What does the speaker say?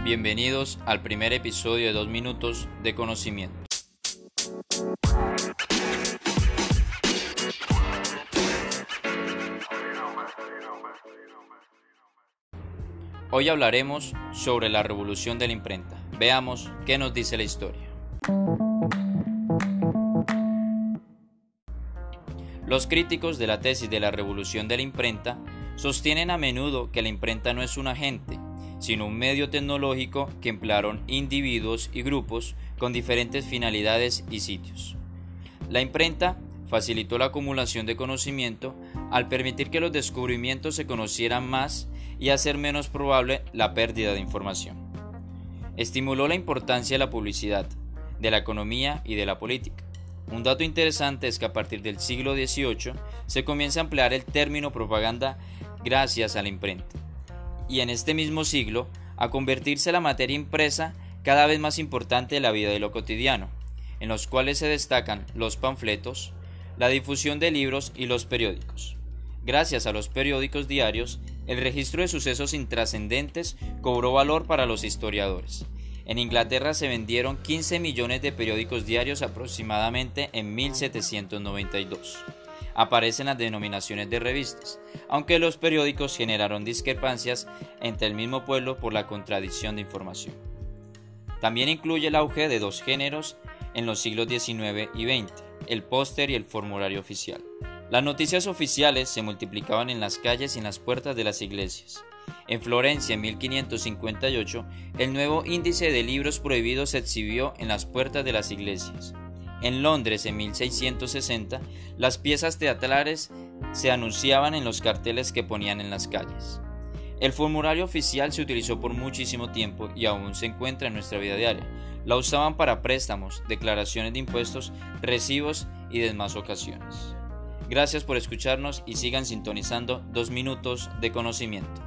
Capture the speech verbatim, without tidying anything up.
Bienvenidos al primer episodio de Dos Minutos de Conocimiento. Hoy hablaremos sobre la revolución de la imprenta. Veamos qué nos dice la historia. Los críticos de la tesis de la revolución de la imprenta sostienen a menudo que la imprenta no es un agente, sino un medio tecnológico que emplearon individuos y grupos con diferentes finalidades y sitios. La imprenta facilitó la acumulación de conocimiento al permitir que los descubrimientos se conocieran más y hacer menos probable la pérdida de información. Estimuló la importancia de la publicidad, de la economía y de la política. Un dato interesante es que a partir del siglo dieciocho se comienza a emplear el término propaganda gracias a la imprenta, y en este mismo siglo a convertirse la materia impresa cada vez más importante de la vida de lo cotidiano, en los cuales se destacan los panfletos, la difusión de libros y los periódicos. Gracias a los periódicos diarios, el registro de sucesos intrascendentes cobró valor para los historiadores. En Inglaterra se vendieron quince millones de periódicos diarios aproximadamente en mil setecientos noventa y dos. Aparecen las denominaciones de revistas, aunque los periódicos generaron discrepancias entre el mismo pueblo por la contradicción de información. También incluye el auge de dos géneros en los siglos diecinueve y veinte, el póster y el formulario oficial. Las noticias oficiales se multiplicaban en las calles y en las puertas de las iglesias. En Florencia, en mil quinientos cincuenta y ocho, el nuevo índice de libros prohibidos se exhibió en las puertas de las iglesias. En Londres, en mil seiscientos sesenta, las piezas teatrales se anunciaban en los carteles que ponían en las calles. El formulario oficial se utilizó por muchísimo tiempo y aún se encuentra en nuestra vida diaria. La usaban para préstamos, declaraciones de impuestos, recibos y demás ocasiones. Gracias por escucharnos y sigan sintonizando Dos Minutos de Conocimiento.